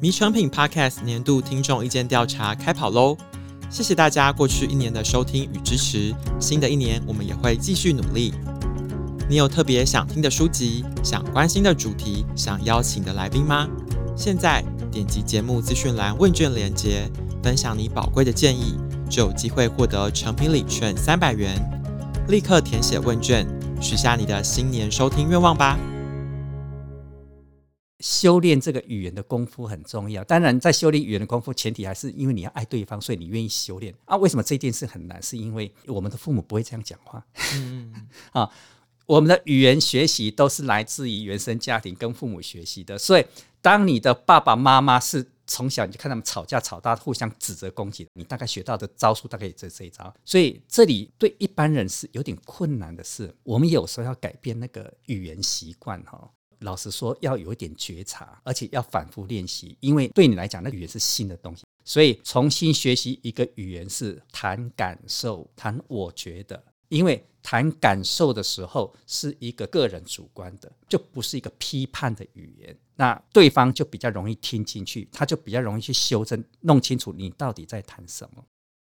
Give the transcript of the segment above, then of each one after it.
迷成品 Podcast 年度听众意见调查开跑喽！谢谢大家过去1年的收听与支持，新的1年我们也会继续努力。你有特别想听的书籍、想关心的主题、想邀请的来宾吗？现在点击节目资讯栏问卷连结，分享你宝贵的建议，就有机会获得成品礼券300元。立刻填写问卷，许下你的新年收听愿望吧。 修炼这个语言的功夫很重要，当然在修炼语言的功夫前提还是因为你要爱对方，所以你愿意修炼啊。为什么这件事很难？是因为我们的父母不会这样讲话我们的语言学习都是来自于原生家庭跟父母学习的，所以当你的爸爸妈妈是从小你就看他们吵架吵到互相指责攻击，你大概学到的招数大概也这一招。所以这里对一般人是有点困难的是，我们有时候要改变那个语言习惯老实说要有一点觉察，而且要反复练习，因为对你来讲那个语言是新的东西，所以重新学习一个语言是谈感受，谈我觉得，因为谈感受的时候是一个个人主观的，就不是一个批判的语言，那对方就比较容易听进去，他就比较容易去修正，弄清楚你到底在谈什么。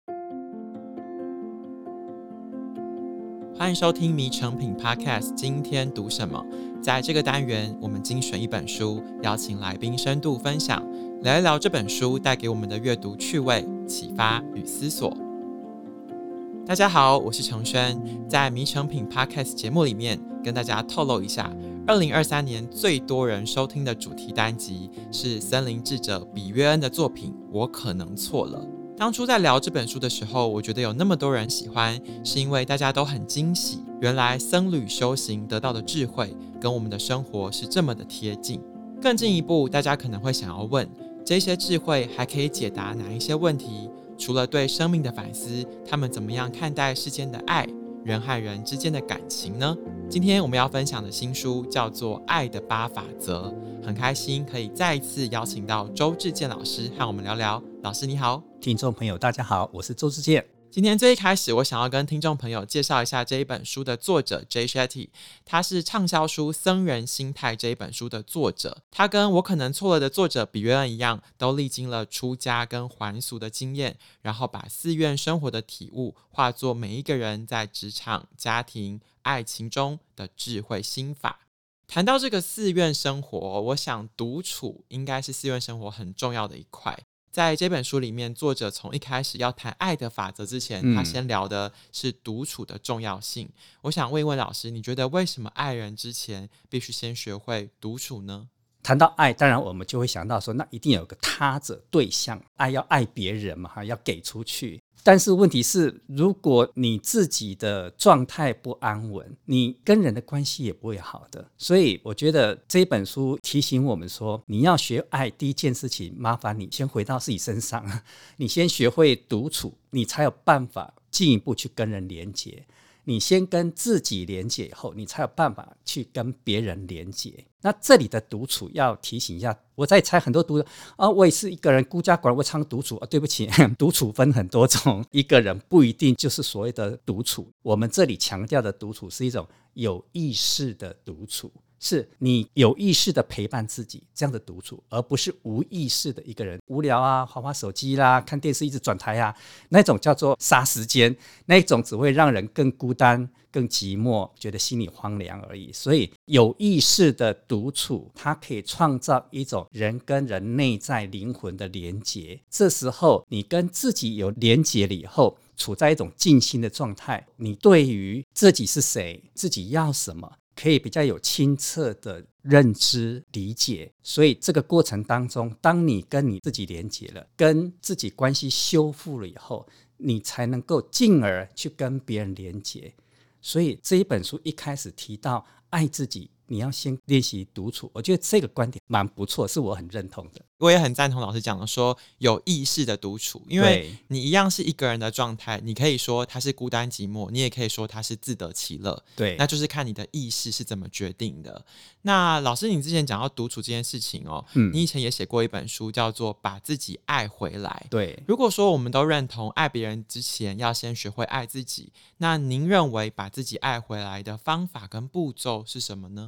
欢迎收听迷成品 Podcast 今天读什么。在这个单元，我们精选一本书，邀请来宾深度分享，聊一聊这本书带给我们的阅读趣味、启发与思索。大家好，我是程轩，在迷成品 Podcast 节目里面跟大家透露一下，2023年最多人收听的主题单集是森林智者比约恩的作品《我可能错了》。当初在聊这本书的时候，我觉得有那么多人喜欢，是因为大家都很惊喜，原来僧侣修行得到的智慧跟我们的生活是这么的贴近。更进一步，大家可能会想要问，这些智慧还可以解答哪一些问题？除了对生命的反思，他们怎么样看待世间的爱，人和人之间的感情呢？今天我们要分享的新书叫做《爱的8法则》，很开心可以再一次邀请到周志健老师和我们聊聊。老师你好。 听众朋友大家好，我是周志健。 今天最一开始，我想要跟听众朋友介绍一下这一本书的作者 Jay Shetty， 他是畅销书《僧人心态》这一本书的作者。他跟我可能错了的作者比约恩一样，都历经了出家跟还俗的经验，然后把寺院生活的体悟化作每一个人在职场、家庭、爱情中的智慧心法。谈到这个寺院生活，我想独处应该是寺院生活很重要的一块。在这本书里面，作者从一开始要谈爱的法则之前，他先聊的是独处的重要性。我想问一问老师，你觉得为什么爱人之前必须先学会独处呢？ 谈到爱，当然我们就会想到说，那一定有个他者对象，爱要爱别人嘛，要给出去。但是问题是，如果你自己的状态不安稳，你跟人的关系也不会好的。所以我觉得这本书提醒我们说，你要学爱，第一件事情，麻烦你先回到自己身上，你先学会独处，你才有办法进一步去跟人连结。你先跟自己连结以后，你才有办法去跟别人连结。那这里的独处要提醒一下，我在猜很多读者我也是一个人孤家寡人，我常独处对不起，独处分很多种，一个人不一定就是所谓的独处。我们这里强调的独处是一种有意识的独处，是你有意识的陪伴自己这样的独处，而不是无意识的一个人无聊滑滑手机啦，看电视一直转台那种叫做杀时间，那种只会让人更孤单更寂寞，觉得心里荒凉而已。所以有意识的独处，它可以创造一种人跟人内在灵魂的连结。这时候你跟自己有连结了以后，处在一种静心的状态，你对于自己是谁，自己要什么，可以比较有清澈的认知理解。所以这个过程当中，当你跟你自己连结了，跟自己关系修复了以后，你才能够进而去跟别人连结。所以这一本书一开始提到爱自己，你要先练习独处，我觉得这个观点蛮不错，是我很认同的。 我也很赞同老师讲的说有意识的独处，因为你一样是一个人的状态，你可以说他是孤单寂寞，你也可以说他是自得其乐， 对， 那就是看你的意识是怎么决定的。那老师你之前讲到独处这件事情你以前也写过一本书叫做把自己爱回来。 对， 如果说我们都认同爱别人之前要先学会爱自己，那您认为把自己爱回来的方法跟步骤是什么呢？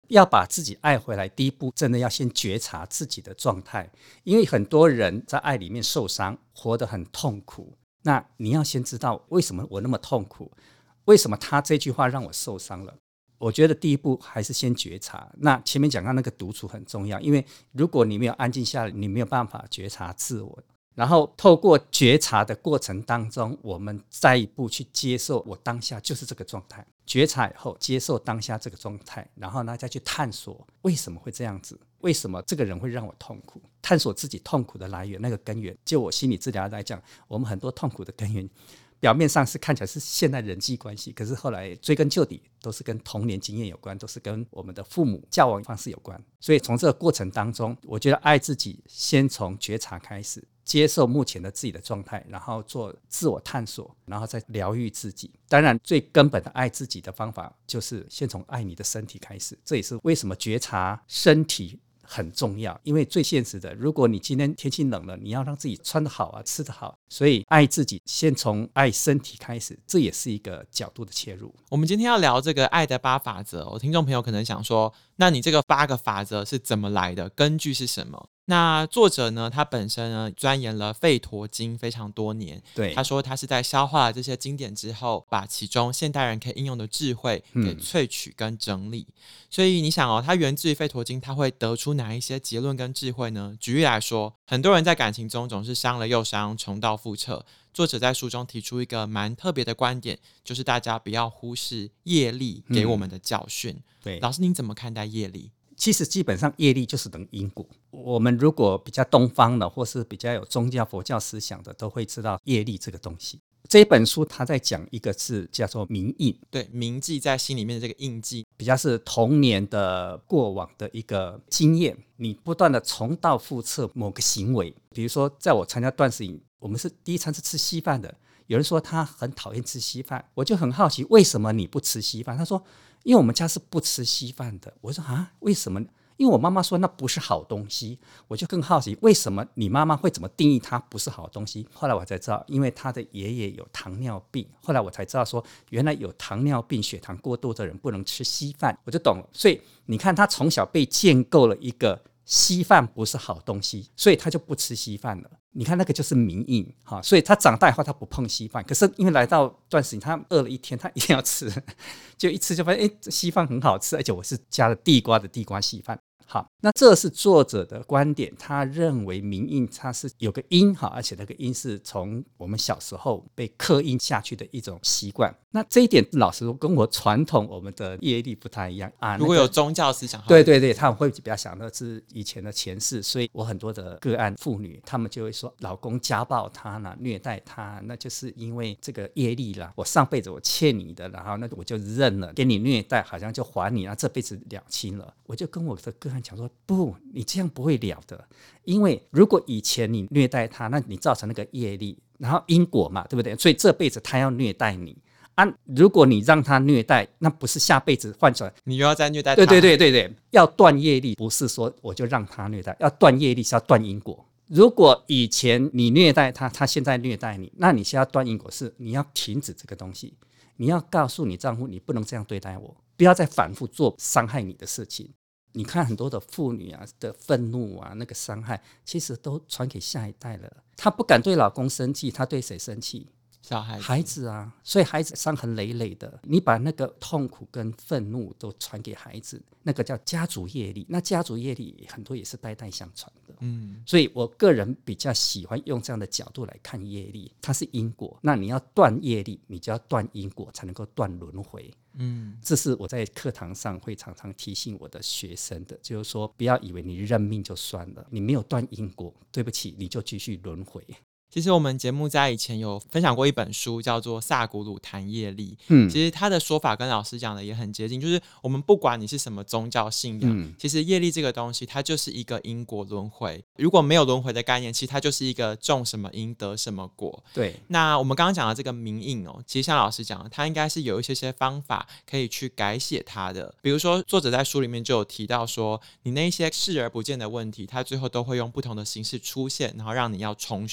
要把自己爱回来，第一步真的要先觉察自己的状态，因为很多人在爱里面受伤，活得很痛苦。那你要先知道为什么我那么痛苦，为什么他这句话让我受伤了。我觉得第一步还是先觉察。那前面讲到那个独处很重要，因为如果你没有安静下来，你没有办法觉察自我。然后透过觉察的过程当中，我们再一步去接受我当下就是这个状态。觉察以后接受当下这个状态，然后呢再去探索为什么会这样子，为什么这个人会让我痛苦，探索自己痛苦的来源，那个根源。就我心理治疗来讲，我们很多痛苦的根源表面上是看起来是现在人际关系，可是后来追根究底都是跟童年经验有关，都是跟我们的父母教养方式有关。所以从这个过程当中，我觉得爱自己先从觉察开始，接受目前的自己的状态，然后做自我探索，然后再疗愈自己。当然最根本的爱自己的方法就是先从爱你的身体开始，这也是为什么觉察身体很重要。因为最现实的，如果你今天天气冷了，你要让自己穿得好啊，吃得好，所以爱自己先从爱身体开始，这也是一个角度的切入。 我们今天要聊这个爱的8法则，听众朋友可能想说，那你这个8个法则是怎么来的，根据是什么？那作者呢，他本身呢钻研了吠陀经非常多年， 对， 他说他是在消化了这些经典之后，把其中现代人可以应用的智慧给萃取跟整理。所以你想哦，他源自于吠陀经，他会得出哪一些结论跟智慧呢？举例来说，很多人在感情中总是伤了又伤，重蹈覆辙。作者在书中提出一个蛮特别的观点，就是大家不要忽视业力给我们的教训。 对， 老师您怎么看待业力？ 其实基本上业力就是等于因果。我们如果比较东方的，或是比较有宗教佛教思想的，都会知道业力这个东西。这本书他在讲一个字叫做铭印， 对，铭记在心里面的这个印记， 比较是童年的过往的一个经验，你不断的重蹈覆辙某个行为。比如说在我参加断食营，我们是第一餐是吃稀饭的，有人说他很讨厌吃稀饭，我就很好奇为什么你不吃稀饭。他说因为我们家是不吃稀饭的。我说啊，为什么？因为我妈妈说那不是好东西。我就更好奇为什么你妈妈会怎么定义它不是好东西。后来我才知道，因为他的爷爷有糖尿病。后来我才知道说，原来有糖尿病血糖过多的人不能吃稀饭，我就懂了。所以你看他从小被建构了一个稀饭不是好东西，所以他就不吃稀饭了。你看那个就是铭印，所以他长大以后他不碰稀饭。可是因为来到断食营，他饿了一天，他一定要吃，就一吃就发现稀饭很好吃，而且我是加了地瓜的地瓜稀饭。好，那这是作者的观点，他认为铭印它是有个因，而且那个因是从我们小时候被刻印下去的一种习惯。那这一点老实说跟我传统我们的业力不太一样啊。 如果有宗教思想， 对对对，他们会比较想的是以前的前世。所以我很多的个案妇女，他们就会说老公家暴她呢，虐待她，那就是因为这个业力啦，我上辈子我欠你的，然后那我就认了，给你虐待好像就还你，这辈子了清了。我就跟我的个案讲说，不，你这样不会了的。因为如果以前你虐待他，那你造成那个业力，然后因果嘛，对不对？所以这辈子他要虐待你如果你让他虐待，那不是下辈子换转你又要再虐待他？ 对对对对对，要断业力，不是说我就让他虐待，要断业力是要断因果。如果以前你虐待他，他现在虐待你，那你现在要断因果，是你要停止这个东西，你要告诉你丈夫，你不能这样对待我，不要再反复做伤害你的事情。你看很多的妇女的愤怒那个伤害，其实都传给下一代了。她不敢对老公生气，她对谁生气？ 小孩子， 孩子所以孩子伤痕累累的，你把那个痛苦跟愤怒都传给孩子，那个叫家族业力。那家族业力很多也是代代相传的。所以我个人比较喜欢用这样的角度来看业力，它是因果。那你要断业力，你就要断因果，才能够断轮回。这是我在课堂上会常常提醒我的学生的，就是说不要以为你认命就算了，你没有断因果，对不起，你就继续轮回。 其实我们节目在以前有分享过一本书，叫做《萨古鲁谈业力》。其实他的说法跟老师讲的也很接近，就是我们不管你是什么宗教信仰，其实业力这个东西，它就是一个因果轮回。如果没有轮回的概念，其实它就是一个种什么因得什么果。 对。 那我们刚刚讲的这个铭印其实像老师讲的，它应该是有一些方法可以去改写它的。比如说，作者在书里面就有提到说，你那些视而不见的问题，它最后都会用不同的形式出现，然后让你要重修这个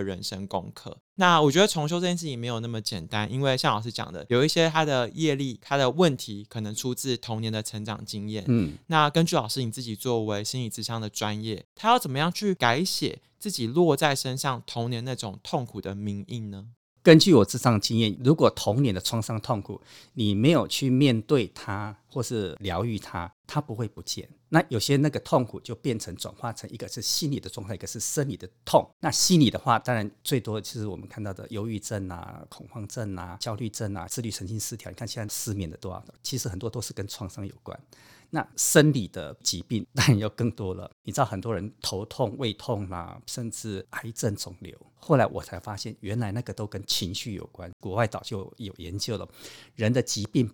人生功课。那我觉得重修这件事情没有那么简单，因为像老师讲的，有一些他的业力，他的问题可能出自童年的成长经验。那根据老师你自己作为心理咨商的专业，他要怎么样去改写自己落在身上童年那种痛苦的铭印呢？ 根据我咨商经验，如果童年的创伤痛苦你没有去面对它或是疗愈它，它不会不见。那有些那个痛苦就变成转化成一个是心理的状态，一个是生理的痛。那心理的话当然最多就是我们看到的忧郁症啊、恐慌症啊、焦虑症啊、自律神经失调，你看现在失眠的多少，其实很多都是跟创伤有关。那生理的疾病当然要更多了，你知道很多人头痛、胃痛啊，甚至癌症、肿瘤。后来我才发现原来那个都跟情绪有关，国外早就有研究了，人的疾病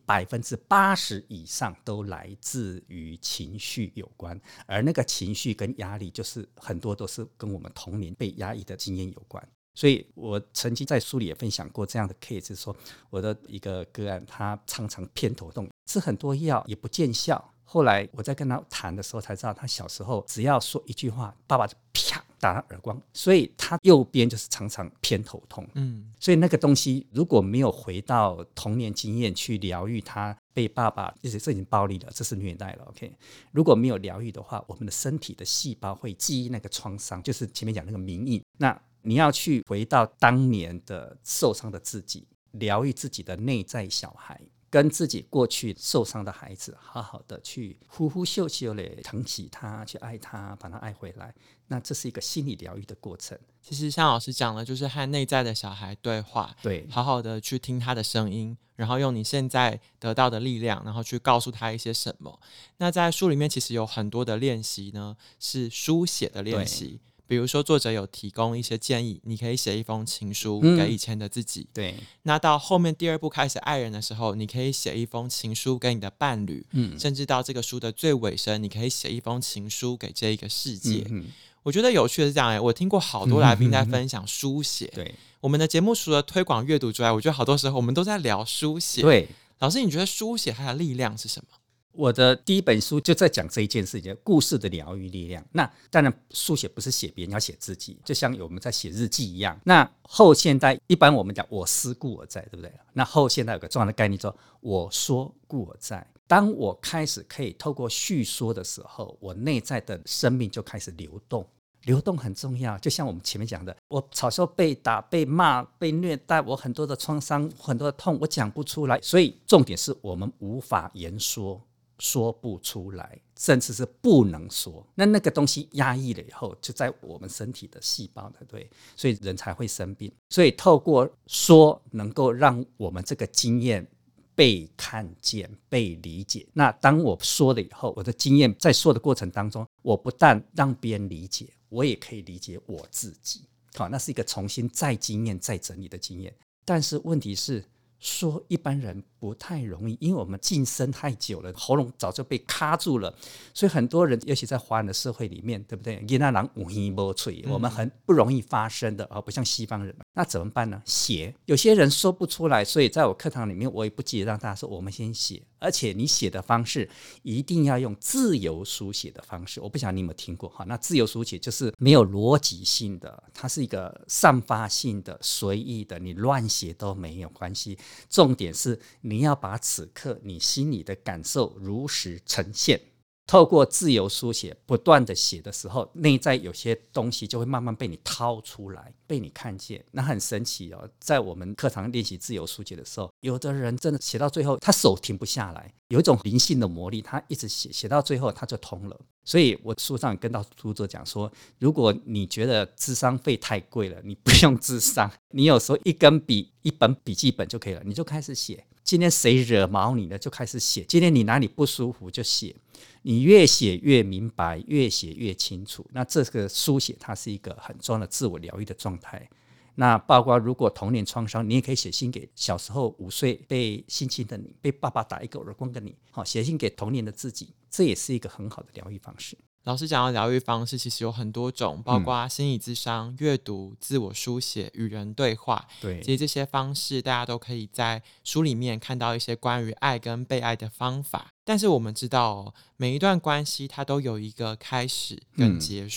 80%以上都来自于情绪有关，而那个情绪跟压力就是很多都是跟我们童年被压抑的经验有关。所以我曾经在书里也分享过这样的 case， 说我的一个个案，他常常偏头痛，吃很多药也不见效。后来我在跟他谈的时候才知道，他小时候只要说一句话，爸爸就啪打他耳光，所以他右边就是常常偏头痛。所以那个东西如果没有回到童年经验去疗愈他被爸爸，这已经暴力了，这是虐待了 OK。 如果没有疗愈的话，我们的身体的细胞会记忆那个创伤，就是前面讲那个铭印。那你要去回到当年的受伤的自己，疗愈自己的内在小孩，跟自己过去受伤的孩子好好的去呼呼秀秀的疼惜他，去爱他，把他爱回来。那这是一个心理疗愈的过程。 其实像老师讲的，就是和内在的小孩对话， 对， 好好的去听他的声音，然后用你现在得到的力量，然后去告诉他一些什么。那在书里面其实有很多的练习呢，是书写的练习。比如说作者有提供一些建议，你可以写一封情书给以前的自己。 对， 那到后面第二步开始爱人的时候，你可以写一封情书给你的伴侣。甚至到这个书的最尾声，你可以写一封情书给这一个世界。我觉得有趣的是这样，我听过好多来宾在分享书写。 对， 我们的节目除了推广阅读之外，我觉得好多时候我们都在聊书写。 对， 老师你觉得书写它的力量是什么？ 我的第一本书就在讲这一件事情，故事的疗愈力量。那当然书写不是写别人，要写自己，就像我们在写日记一样。那后现代一般我们讲我思故我在，对不对？那后现代有个重要的概念叫我说故我在。当我开始可以透过叙说的时候，我内在的生命就开始流动。流动很重要，就像我们前面讲的，我小时候被打、被骂、被虐待，我很多的创伤、很多的痛，我讲不出来。所以重点是我们无法言说，说不出来，甚至是不能说。那个东西压抑了以后，就在我们身体的细胞，对，所以人才会生病。所以透过说，能够让我们这个经验被看见、被理解。那当我说了以后，我的经验在说的过程当中，我不但让别人理解，我也可以理解我自己。好，那是一个重新再经验、再整理的经验。但是问题是，说一般人不太容易，因为我们晋升太久了，喉咙早就被卡住了，所以很多人，尤其在华人的社会里面，对不对？囡仔人有耳无嘴，我们很不容易发声的，不像西方人。那怎么办呢？写。有些人说不出来，所以在我课堂里面，我也不急着让大家说，我们先写。而且你写的方式一定要用自由书写的方式。我不晓得你有没有听过哈？那自由书写就是没有逻辑性的，它是一个散发性的、随意的，你乱写都没有关系。重点是你要把此刻你心里的感受如实呈现。透过自由书写不断的写的时候，内在有些东西就会慢慢被你掏出来，被你看见。那很神奇哦，在我们课堂练习自由书写的时候，有的人真的写到最后他手停不下来，有一种灵性的魔力，他一直写到最后他就通了。所以我书上跟到读者讲说，如果你觉得諮商费太贵了，你不用諮商，你有时候一根笔一本笔记本就可以了，你就开始写。今天谁惹毛你了就开始写，今天你哪里不舒服就写，你越写越明白，越写越清楚。那这个书写它是一个很重要的自我疗愈的状态。那包括如果童年创伤，你也可以写信给小时候5岁被性侵的你，被爸爸打一个耳光的你，写信给童年的自己，这也是一个很好的疗愈方式。 老师讲的疗愈方式其实有很多种，包括心理咨商、阅读、自我书写、与人对话。 对， 其实这些方式大家都可以在书里面看到一些关于爱跟被爱的方法。但是我们知道每一段关系它都有一个开始跟结束。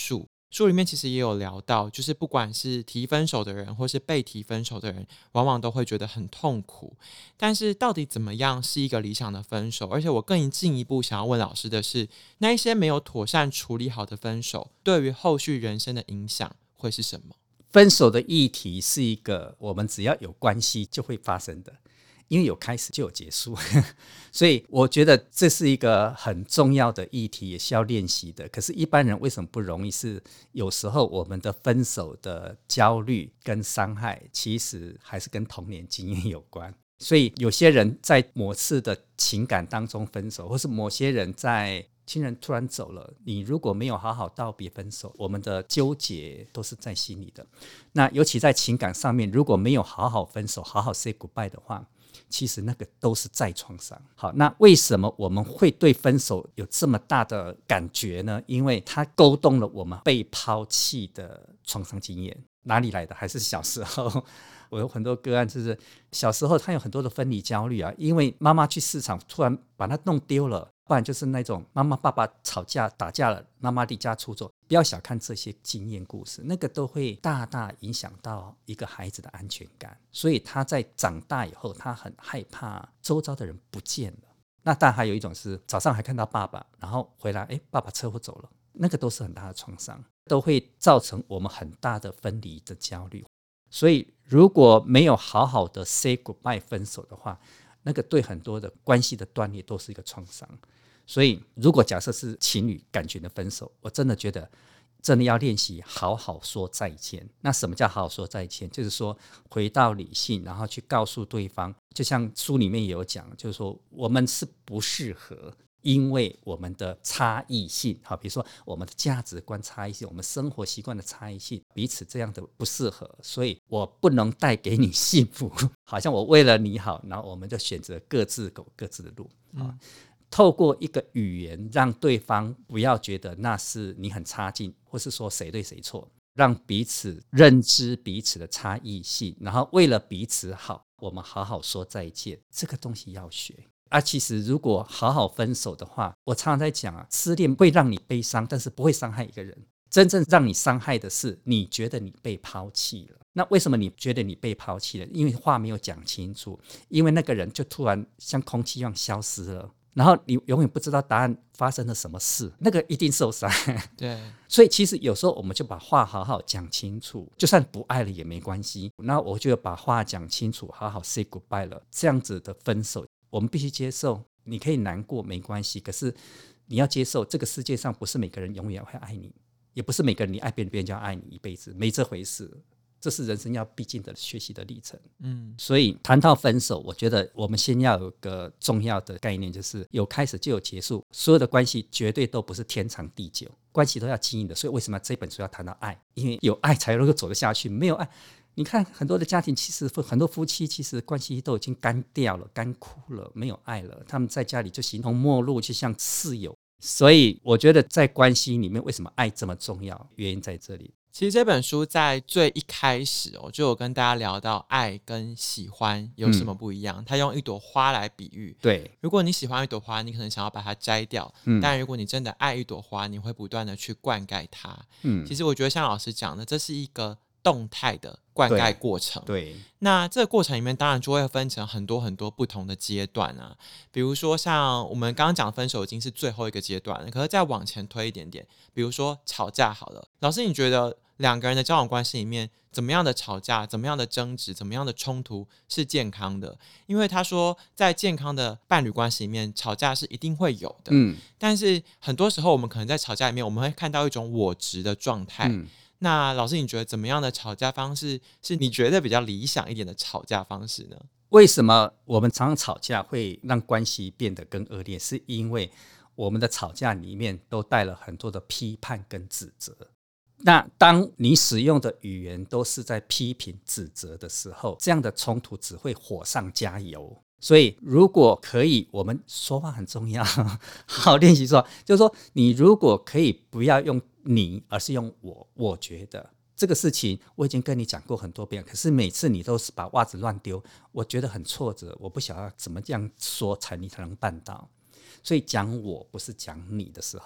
书里面其实也有聊到，就是不管是提分手的人或是被提分手的人，往往都会觉得很痛苦。但是到底怎么样是一个理想的分手？而且我更进一步想要问老师的是，那一些没有妥善处理好的分手，对于后续人生的影响会是什么？ 分手的议题是一个我们只要有关系就会发生的，因为有开始就有结束所以我觉得这是一个很重要的议题，也需要练习的。可是一般人为什么不容易？是有时候我们的分手的焦虑跟伤害其实还是跟童年经验有关。所以有些人在某次的情感当中分手，或是某些人在亲人突然走了，你如果没有好好道别分手，我们的纠结都是在心里的。那尤其在情感上面，如果没有好好分手，好好 say goodbye 的话，其实那个都是在创伤。好，那为什么我们会对分手有这么大的感觉呢？因为它勾动了我们被抛弃的创伤经验。哪里来的？还是小时候我有很多个案，就是小时候他有很多的分离焦虑啊，因为妈妈去市场突然把他弄丢了，不然就是那种妈妈爸爸吵架打架了，妈妈离家出走。不要小看这些经验故事，那个都会大大影响到一个孩子的安全感，所以他在长大以后，他很害怕周遭的人不见了。那当然还有一种是早上还看到爸爸，然后回来爸爸车祸走了，那个都是很大的创伤，都会造成我们很大的分离的焦虑。所以如果没有好好的 say goodbye 分手的话，那个对很多的关系的断裂都是一个创伤。所以如果假设是情侣感情的分手，我真的觉得真的要练习好好说再见。那什么叫好好说再见？就是说回到理性，然后去告诉对方，就像书里面也有讲，就是说我们是不适合，因为我们的差异性，比如说我们的价值观差异性，我们生活习惯的差异性，彼此这样的不适合，所以我不能带给你幸福。好像我为了你好，然后我们就选择各自走各自的路。透过一个语言让对方不要觉得那是你很差劲，或是说谁对谁错，让彼此认知彼此的差异性，然后为了彼此好，我们好好说再见。这个东西要学其实如果好好分手的话，我常常在讲失恋会让你悲伤，但是不会伤害一个人。真正让你伤害的是你觉得你被抛弃了。那为什么你觉得你被抛弃了？因为话没有讲清楚，因为那个人就突然像空气一样消失了，然后你永远不知道答案发生了什么事，那个一定受伤。 对， 所以其实有时候我们就把话好好讲清楚，就算不爱了也没关系。那我就把话讲清楚，好好 say goodbye 了，这样子的分手我们必须接受。你可以难过没关系，可是你要接受这个世界上不是每个人永远会爱你，也不是每个人你爱别人，别人就要爱你一辈子，没这回事。这是人生要必经的学习的历程。所以谈到分手，我觉得我们先要有个重要的概念，就是有开始就有结束。所有的关系绝对都不是天长地久，关系都要经营的。所以为什么这本书要谈到爱？因为有爱才能够走得下去，没有爱，你看很多的家庭，其实很多夫妻其实关系都已经干掉了，干枯了，没有爱了，他们在家里就形同陌路，就像室友。所以我觉得在关系里面，为什么爱这么重要，原因在这里。 其实这本书在最一开始就有跟大家聊到爱跟喜欢有什么不一样。他用一朵花来比喻， 对， 如果你喜欢一朵花，你可能想要把它摘掉，但如果你真的爱一朵花，你会不断的去灌溉它。其实我觉得像老师讲的，这是一个动态的灌溉过程。 对， 那这个过程里面当然就会分成很多很多不同的阶段啊，比如说像我们刚刚讲分手已经是最后一个阶段了，可是再往前推一点点，比如说吵架好了。老师，你觉得两个人的交往关系里面，怎么样的吵架，怎么样的争执，怎么样的冲突是健康的？因为他说在健康的伴侣关系里面，吵架是一定会有的。但是很多时候我们可能在吵架里面，我们会看到一种我执的状态。那老师，你觉得怎么样的吵架方式是你觉得比较理想一点的吵架方式呢？ 为什么我们常常吵架会让关系变得更恶劣？是因为我们的吵架里面都带了很多的批判跟指责。那当你使用的语言都是在批评指责的时候，这样的冲突只会火上加油。所以如果可以，我们说话很重要，好好练习说，就是说你如果可以不要用你，而是用我觉得这个事情我已经跟你讲过很多遍，可是每次你都是把袜子乱丢，我觉得很挫折，我不晓得怎么样说你才能办到。所以讲我不是讲你的时候，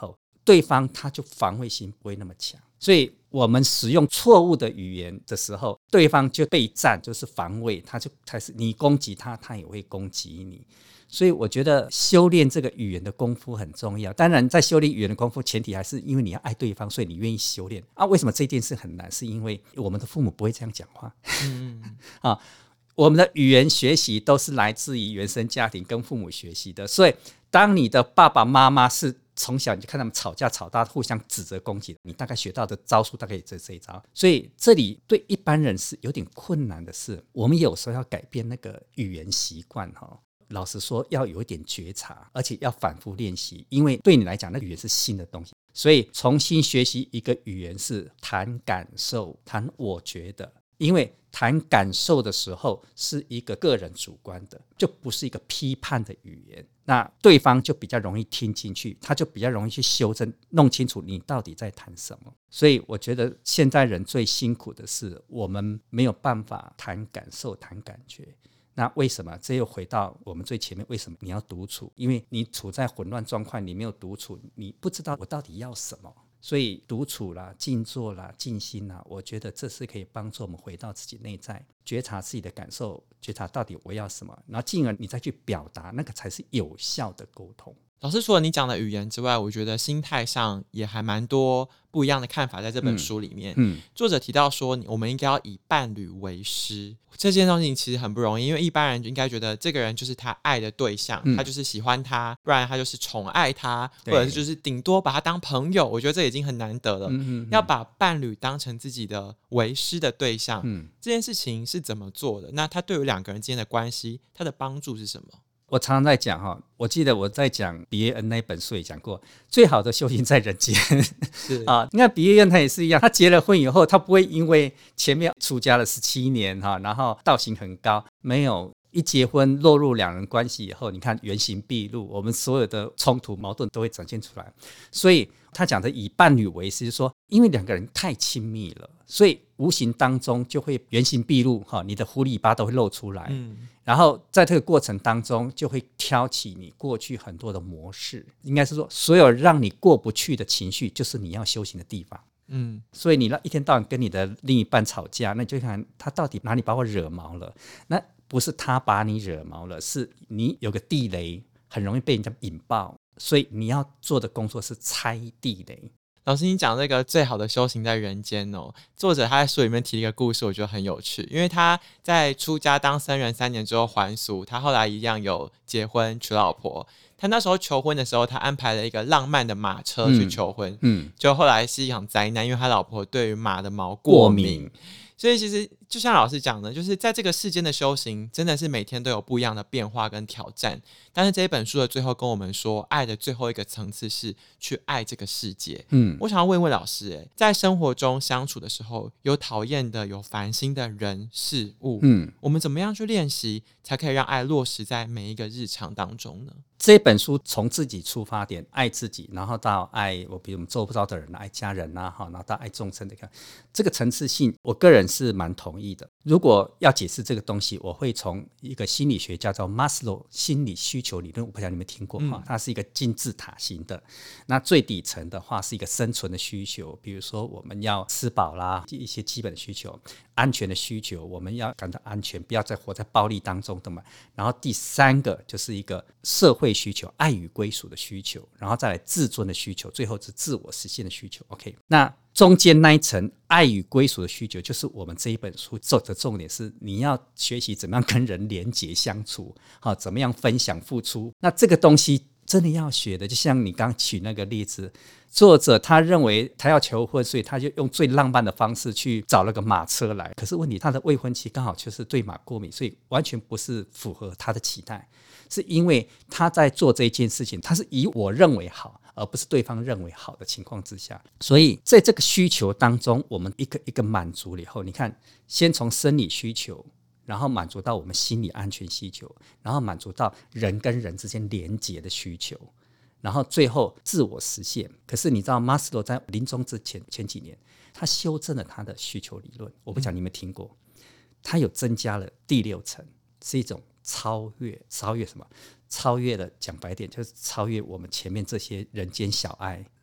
对方他就防卫心不会那么强。所以我们使用错误的语言的时候，对方就备战，就是防卫，他就开始你攻击他，他也会攻击你。所以我觉得修炼这个语言的功夫很重要。当然在修炼语言的功夫前提还是因为你要爱对方，所以你愿意修炼啊。为什么这件事很难？是因为我们的父母不会这样讲话啊，我们的语言学习都是来自于原生家庭跟父母学习的。所以当你的爸爸妈妈是从小你就看他们吵架吵到互相指责攻击，你大概学到的招数大概也这一招。所以这里对一般人是有点困难的是，我们有时候要改变那个语言习惯老实说要有一点觉察，而且要反复练习，因为对你来讲那个语言是新的东西。所以重新学习一个语言是谈感受，谈我觉得，因为谈感受的时候是一个个人主观的，就不是一个批判的语言，那对方就比较容易听进去，他就比较容易去修正，弄清楚你到底在谈什么。所以我觉得现代人最辛苦的是我们没有办法谈感受谈感觉。那为什么？这又回到我们最前面，为什么你要独处？因为你处在混乱状况，你没有独处，你不知道我到底要什么。所以独处啦、静坐啦、静心啦，我觉得这是可以帮助我们回到自己内在，觉察自己的感受，觉察到底我要什么，然后进而你再去表达，那个才是有效的沟通。 老师除了你讲的语言之外，我觉得心态上也还蛮多不一样的看法在这本书里面。作者提到说我们应该要以伴侣为师，这件事情其实很不容易，因为一般人应该觉得这个人就是他爱的对象，他就是喜欢他，不然他就是宠爱他，或者就是顶多把他当朋友，我觉得这已经很难得了。要把伴侣当成自己的为师的对象，这件事情是怎么做的？那他对于两个人之间的关系，他的帮助是什么？ 我常常在讲我记得我在讲比耶恩那本书也讲过，最好的修行在人间是你看比耶恩他也是一样，他结了婚以后，他不会因为前面出家了17年然后道行很高，没有，一结婚落入两人关系以后，你看原形毕露，我们所有的冲突矛盾都会展现出来。所以他讲的以伴侣为师，就是说因为两个人太亲密了，所以无形当中就会原形毕露，你的狐狸尾巴都会露出来，然后在这个过程当中就会挑起你过去很多的模式，应该是说所有让你过不去的情绪就是你要修行的地方。所以你一天到晚跟你的另一半吵架，那你就看他到底哪里把我惹毛了，那不是他把你惹毛了，是你有个地雷很容易被人家引爆，所以你要做的工作是拆地雷。 老师，你讲这个最好的修行在人间作者他在书里面提了一个故事，我觉得很有趣，因为他在出家当僧人3年之后还俗，他后来一样有结婚娶老婆。他那时候求婚的时候，他安排了一个浪漫的马车去求婚，就后来是一场灾难，因为他老婆对于马的毛过敏。所以其实就像老师讲的，就是在这个世间的修行真的是每天都有不一样的变化跟挑战，但是这一本书的最后跟我们说，爱的最后一个层次是去爱这个世界。我想要问问老师，在生活中相处的时候，有讨厌的有烦心的人事物，我们怎么样去练习才可以让爱落实在每一个日常当中呢？ 这本书从自己出发点，爱自己，然后到爱比如我们做不到的人，爱家人然后到爱众生的这个层次性，我个人是蛮同意的。如果要解释这个东西，我会从一个心理学叫做 Maslow 心理需求理论，我不知道你们听过它是一个金字塔型的。那最底层的话是一个生存的需求，比如说我们要吃饱啦，一些基本的需求，安全的需求，我们要感到安全，不要再活在暴力当中的嘛。然后第3个就是一个社会需求，爱与归属的需求，然后再来自尊的需求，最后是自我实现的需求。 OK， 那中间那一层爱与归属的需求，就是我们这一本书做的重点，是你要学习怎么样跟人连结相处，怎么样分享付出。那这个东西真的要学的，就像你刚举那个例子，作者他认为他要求婚，所以他就用最浪漫的方式去找了个马车来，可是问题他的未婚妻刚好就是对马过敏，所以完全不是符合他的期待，是因为他在做这件事情，他是以我认为好而不是对方认为好的情况之下，所以在这个需求当中，我们一个一个满足了以后，你看先从生理需求，然后满足到我们心理安全需求，然后满足到人跟人之间连结的需求，然后最后自我实现。可是你知道马斯洛在临终之前几年，他修正了他的需求理论，我不晓得你们听过，他有增加了第6层，是一种超越什么？超越了，讲白点就是超越我们前面这些人间小爱。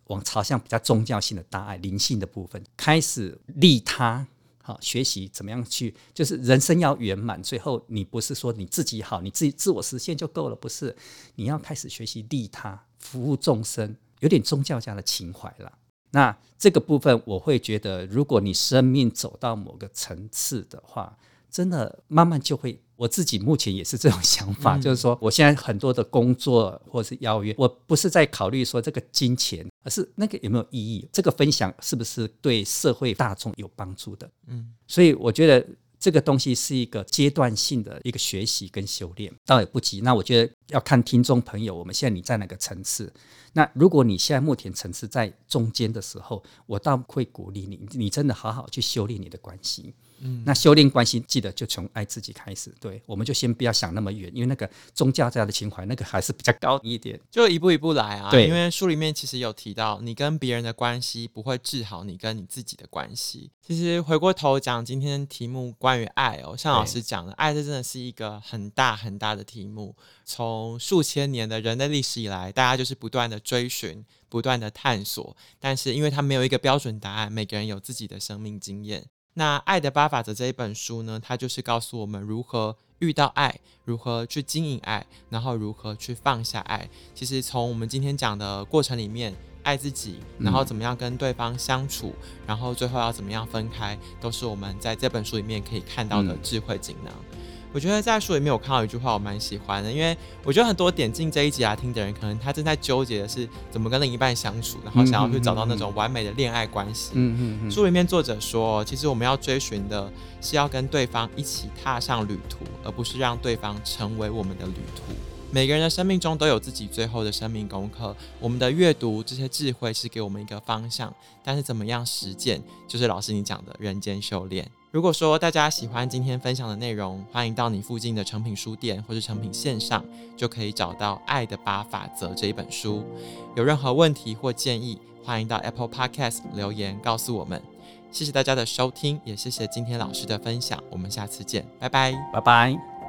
朝向比较宗教性的大爱、灵性的部分，开始利他。好，学习怎么样去，就是人生要圆满。最后，你不是说你自己好，你自己自我实现就够了，不是？你要开始学习利他、服务众生，有点宗教家的情怀啦。那这个部分，我会觉得，如果你生命走到某个层次的话，真的慢慢就会。我自己目前也是这种想法，就是说，我现在很多的工作或是邀约，我不是在考虑说这个金钱，而是那个有没有意义，这个分享是不是对社会大众有帮助的。所以我觉得这个东西是一个阶段性的一个学习跟修炼，倒也不急。那我觉得要看听众朋友，我们现在你在哪个层次？那如果你现在目前层次在中间的时候，我倒会鼓励你，你真的好好去修炼你的关系。那修炼关系，记得就从爱自己开始。对，我们就先不要想那么远，因为那个宗教家的情怀，那个还是比较高一点， 就一步一步来啊。 对， 因为书里面其实有提到，你跟别人的关系不会治好你跟你自己的关系。其实回过头讲今天题目关于爱哦，像老师讲的，爱这真的是一个很大很大的题目。从数千年的人类历史以来，大家就是不断的追寻，不断的探索，但是因为它没有一个标准答案，每个人有自己的生命经验。那《爱的8法则》这一本书呢，它就是告诉我们如何遇到爱，如何去经营爱，然后如何去放下爱。其实从我们今天讲的过程里面，爱自己，然后怎么样跟对方相处，然后最后要怎么样分开，都是我们在这本书里面可以看到的智慧锦囊。我觉得在书里面我看到一句话我蛮喜欢的，因为我觉得很多点进这一集来听的人，可能他正在纠结的是怎么跟另一半相处，然后想要去找到那种完美的恋爱关系。书里面作者说，其实我们要追寻的是要跟对方一起踏上旅途，而不是让对方成为我们的旅途。每个人的生命中都有自己最后的生命功课，我们的阅读这些智慧是给我们一个方向，但是怎么样实践，就是老师你讲的人间修炼。如果说大家喜欢今天分享的内容，欢迎到你附近的诚品书店或是诚品线上，就可以找到《爱的8法则》这一本书。有任何问题或建议，欢迎到 Apple Podcast 留言告诉我们。谢谢大家的收听，也谢谢今天老师的分享，我们下次见，拜拜， 拜拜。